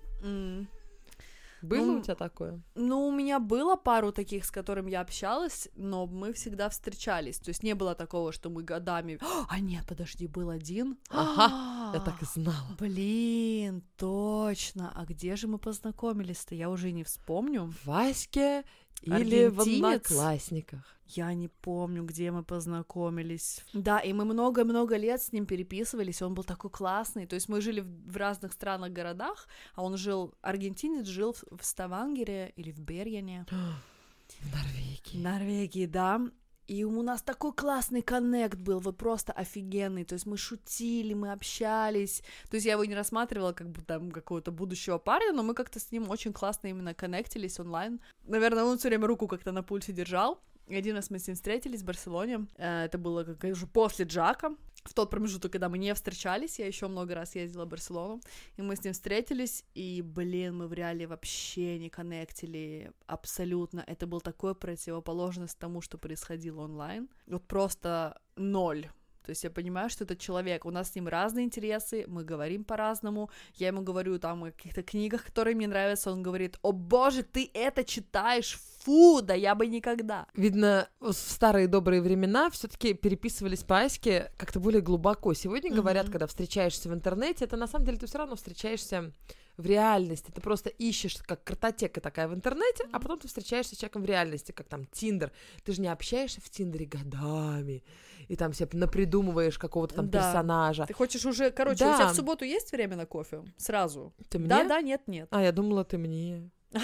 Было у тебя такое? Ну, у меня было пару таких, с которыми я общалась, но мы всегда встречались. То есть не было такого, что мы годами... нет, подожди, был один. Ага, я так и знала. Блин, точно. А где же мы познакомились-то? Я уже не вспомню. В Ваське или в Одноклассниках? Я не помню, где мы познакомились. Да, и мы много-много лет с ним переписывались, он был такой классный. То есть мы жили в разных странах, городах, а он аргентинец жил в Ставангере или в Берьяне. В Норвегии. В Норвегии, да. И у нас такой классный коннект был, вот просто офигенный. То есть мы шутили, мы общались. То есть я его не рассматривала как бы там какого-то будущего парня, но мы как-то с ним очень классно именно коннектились онлайн. Наверное, он все время руку как-то на пульсе держал. И один раз мы с ним встретились в Барселоне. Это было уже после Джака. В тот промежуток, когда мы не встречались, я еще много раз ездила в Барселону, и мы с ним встретились, и, мы в реале вообще не коннектили абсолютно. Это был такой противоположность тому, что происходило онлайн. Вот просто 0. То есть я понимаю, что этот человек, у нас с ним разные интересы, мы говорим по-разному, я ему говорю там о каких-то книгах, которые мне нравятся, он говорит: «О боже, ты это читаешь? Фу, да я бы никогда». Видно, в старые добрые времена все-таки переписывались по аське как-то более глубоко. Сегодня говорят, когда встречаешься в интернете, это на самом деле ты все равно встречаешься в реальности. Ты просто ищешь, как картотека такая в интернете, а потом ты встречаешься с человеком в реальности, как там Тиндер. Ты же не общаешься в Тиндере годами, и там себе напридумываешь какого-то там персонажа. Ты хочешь уже, у тебя в субботу есть время на кофе? Сразу. Ты мне? Да, нет. Я думала, ты мне.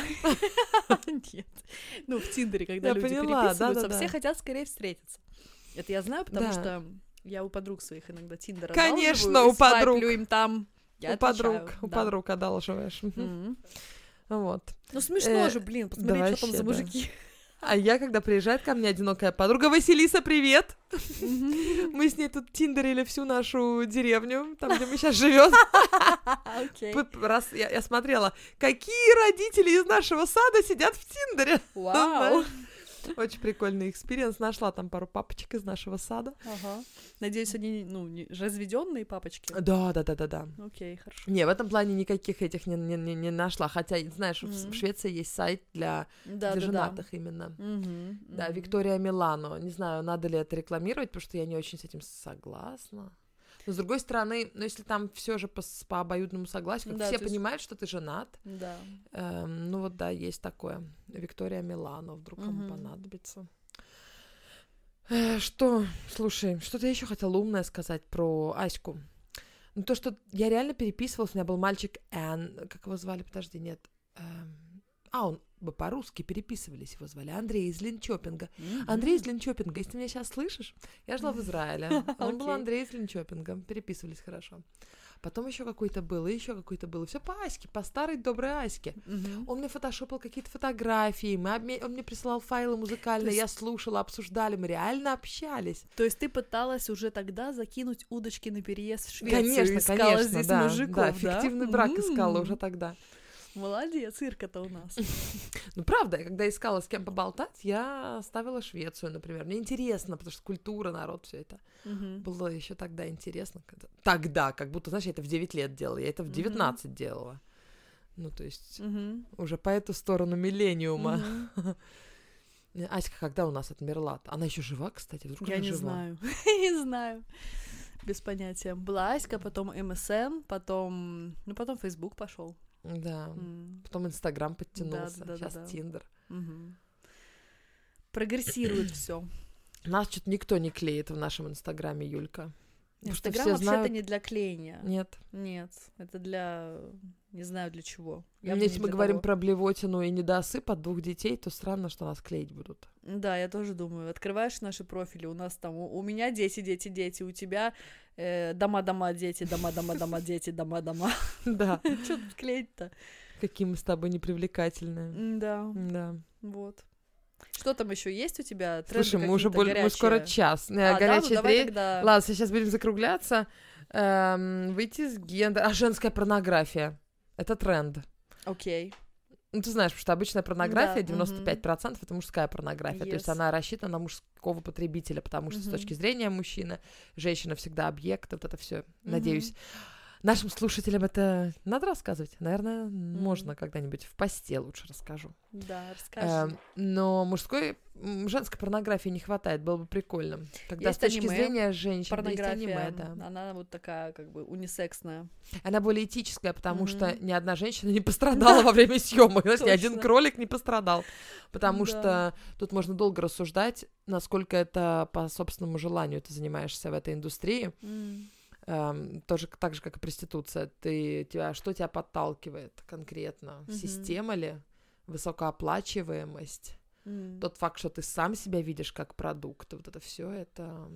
Нет. Ну, в Тиндере, когда люди переписываются, все хотят скорее встретиться. Это я знаю, потому что я у подруг своих иногда Тиндер одалживаю. Конечно, у подруг. Им там. У подруг одалживаешь. Вот. Ну, смешно же, посмотри, что там за мужики. А я, когда приезжает ко мне одинокая подруга: Василиса, привет! Мы с ней тут тиндерили всю нашу деревню, там, где мы сейчас живем. Раз я смотрела, какие родители из нашего сада сидят в Тиндере. Вау! Очень прикольный экспириенс. Нашла там пару папочек из нашего сада. Ага. Надеюсь, они, разведенные папочки? Да. Окей, хорошо. Не, в этом плане никаких этих не нашла. Хотя, знаешь, в Швеции есть сайт для женатых именно. Да, Виктория Милано. Не знаю, надо ли это рекламировать, потому что я не очень с этим согласна. Но, с другой стороны, если там все же по обоюдному согласию, все понимают, что ты женат. Да. Есть такое. Виктория Милано, вдруг кому понадобится. Слушай, что-то я еще хотела умное сказать про Аську. То, что я реально переписывалась, у меня был мальчик Эн, как его звали, подожди, нет. Он по-русски переписывались, его звали Андрей из Линчопинга. Андрей из Линчопинга, если ты меня сейчас слышишь, я жила в Израиле. Он был Андрей из Линчопинга, переписывались хорошо. Потом еще какой-то был, и еще какой-то был. И все по Аське, по старой доброй Аське. Он мне фотошопил какие-то фотографии, он мне присылал файлы музыкальные, я слушала, обсуждали, мы реально общались. То есть ты пыталась уже тогда закинуть удочки на переезд в Швецию? Конечно, искала здесь мужиков, да? Фиктивный брак искала уже тогда. Молодец, Ирка-то у нас. Правда, когда искала с кем поболтать, я ставила Швецию, например. Мне интересно, потому что культура, народ, все это было еще тогда интересно. Тогда, как будто, знаешь, я это в 9 лет делала, я это в 19 делала. То есть уже по эту сторону миллениума. Аська когда у нас отмерла? Она еще жива, кстати? Вдруг я она не жива? знаю. Не знаю. Без понятия. Была Аська, потом МСН, потом Facebook пошел. Да, потом Инстаграм подтянулся, сейчас Тиндер. Прогрессирует все. Нас что-то никто не клеит в нашем Инстаграме, Юлька. Инстаграм вообще-то не для клеения. Нет. Нет, это для... Не знаю для чего. Если мы говорим про блевотину и недосып от 2 детей, то странно, что нас клеить будут. Да, я тоже думаю. Открываешь наши профили, у нас там... У меня дети, у тебя дома, дети, дома, дети, дома. Да. Что тут клеить-то? Какие мы с тобой непривлекательные. Да. Вот. Что там еще есть у тебя? Слушай, мы скоро час. Горячая трель. Тогда... Ладно, сейчас будем закругляться. Выйти из гендера. Женская порнография. Это тренд. Окей. Ну, ты знаешь, потому что обычная порнография, 95% это мужская порнография. То есть она рассчитана на мужского потребителя, потому что с точки зрения мужчины женщина всегда объект. Вот это все. Надеюсь, нашим слушателям это надо рассказывать. Наверное, можно когда-нибудь в посте лучше расскажу. Да, расскажи. Но женской порнографии не хватает, было бы прикольно. Тогда есть с точки аниме, зрения женщин, порнография, аниме, да. Она вот такая как бы унисексная. Она более этическая, потому что ни одна женщина не пострадала во время съемок, знаешь, ни один кролик не пострадал, потому что тут можно долго рассуждать, насколько это по собственному желанию ты занимаешься в этой индустрии. Тоже так же, как и проституция. Что тебя подталкивает конкретно? Система ли? Высокооплачиваемость? Тот факт, что ты сам себя видишь как продукт, вот это все это...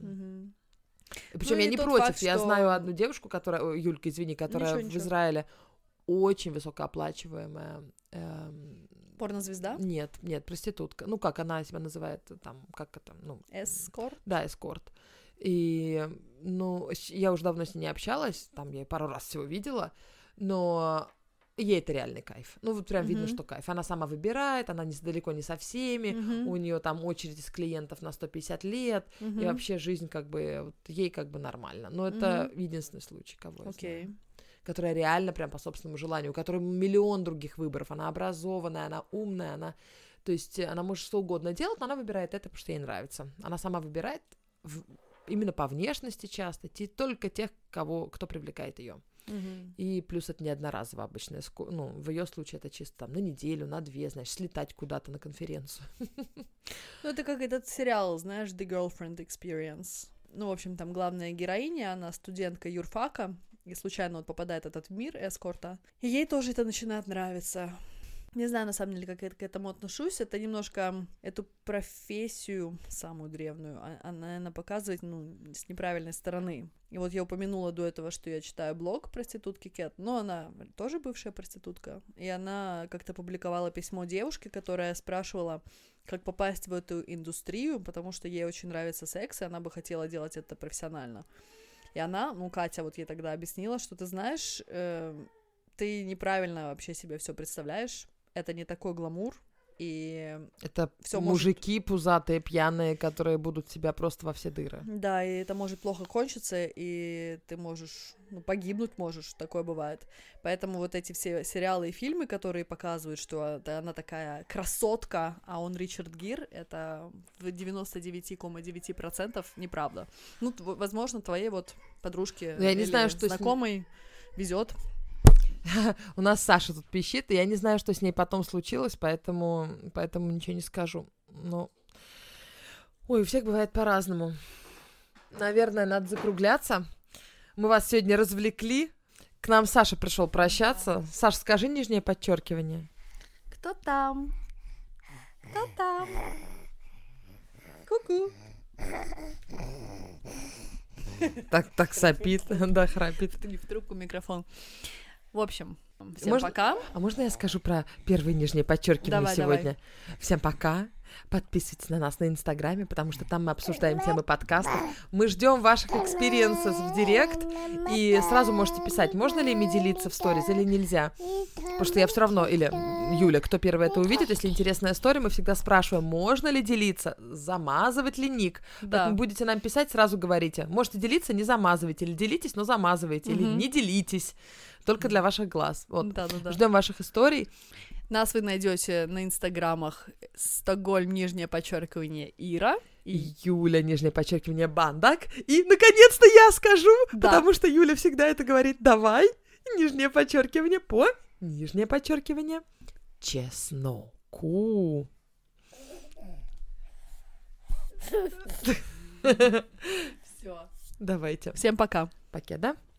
Причем я не против. Факт, я знаю одну девушку, которая... Юлька, извини, которая в Израиле очень высокооплачиваемая... Порнозвезда? Нет, проститутка. Ну, как она себя называет? Там, как это? Эскорт? Да, эскорт. И, я уже давно с ней не общалась, там я пару раз всего видела, но ей это реальный кайф. Ну, вот прям видно, что кайф. Она сама выбирает, она далеко не со всеми, у нее там очередь из клиентов на 150 лет, и вообще жизнь как бы, вот, ей как бы нормально. Но это единственный случай, кого я знаю. Которая реально прям по собственному желанию, у которой миллион других выборов. Она образованная, она умная, то есть она может что угодно делать, но она выбирает это, потому что ей нравится. Она сама выбирает именно по внешности часто, только тех, кто привлекает ее. И плюс это не одноразово обычно. В ее случае это чисто там на неделю, на 2, знаешь, слетать куда-то на конференцию. Ну, это как этот сериал, знаешь, The Girlfriend Experience. Ну, в общем, там главная героиня, она студентка юрфака, и случайно вот попадает в этот мир эскорта. И ей тоже это начинает нравиться. Не знаю, на самом деле, как я к этому отношусь. Это немножко эту профессию, самую древнюю, она, наверное, показывает, с неправильной стороны. И вот я упомянула до этого, что я читаю блог проститутки Кэт, но она тоже бывшая проститутка. И она как-то публиковала письмо девушке, которая спрашивала, как попасть в эту индустрию, потому что ей очень нравится секс, и она бы хотела делать это профессионально. И она, Катя вот ей тогда объяснила, что ты знаешь, ты неправильно вообще себе все представляешь. Это не такой гламур, и... Это мужики пузатые, пьяные, которые будут тебя просто во все дыры. Да, и это может плохо кончиться, и ты можешь, погибнуть можешь, такое бывает. Поэтому вот эти все сериалы и фильмы, которые показывают, что она такая красотка, а он Ричард Гир, это в 99,9% неправда. Возможно, твоей вот подружке знакомой везет. У нас Саша тут пищит, и я не знаю, что с ней потом случилось, поэтому ничего не скажу. Ой, у всех бывает по-разному. Наверное, надо закругляться. Мы вас сегодня развлекли. К нам Саша пришел прощаться. Саша, скажи нижнее подчеркивание. Кто там? Кто там? Ку-ку. Так сопит, да, храпит. Это не в трубку микрофон. В общем, всем пока. А можно я скажу про первое нижнее подчеркивание сегодня? Давай. Всем пока. Подписывайтесь на нас на Инстаграме, потому что там мы обсуждаем темы подкастов. Мы ждем ваших экспириенсов в директ. И сразу можете писать, можно ли ими делиться в сторис или нельзя. Потому что я все равно, или Юля, кто первый это увидит, если интересная история, мы всегда спрашиваем, можно ли делиться, замазывать ли ник. Да. Поэтому будете нам писать, сразу говорите, можете делиться, не замазывайте, или делитесь, но замазывайте, или не делитесь. Только для ваших глаз. Вот. Да. Ждем ваших историй. Нас вы найдете на инстаграмах Стокгольм, нижнее подчеркивание, Ира. И Юля, нижнее подчеркивание, Бандак. И, наконец-то, я скажу, потому что Юля всегда это говорит. Давай, нижнее подчеркивание по нижнее подчеркивание чесноку. Все. Давайте. Всем пока. Пока, да?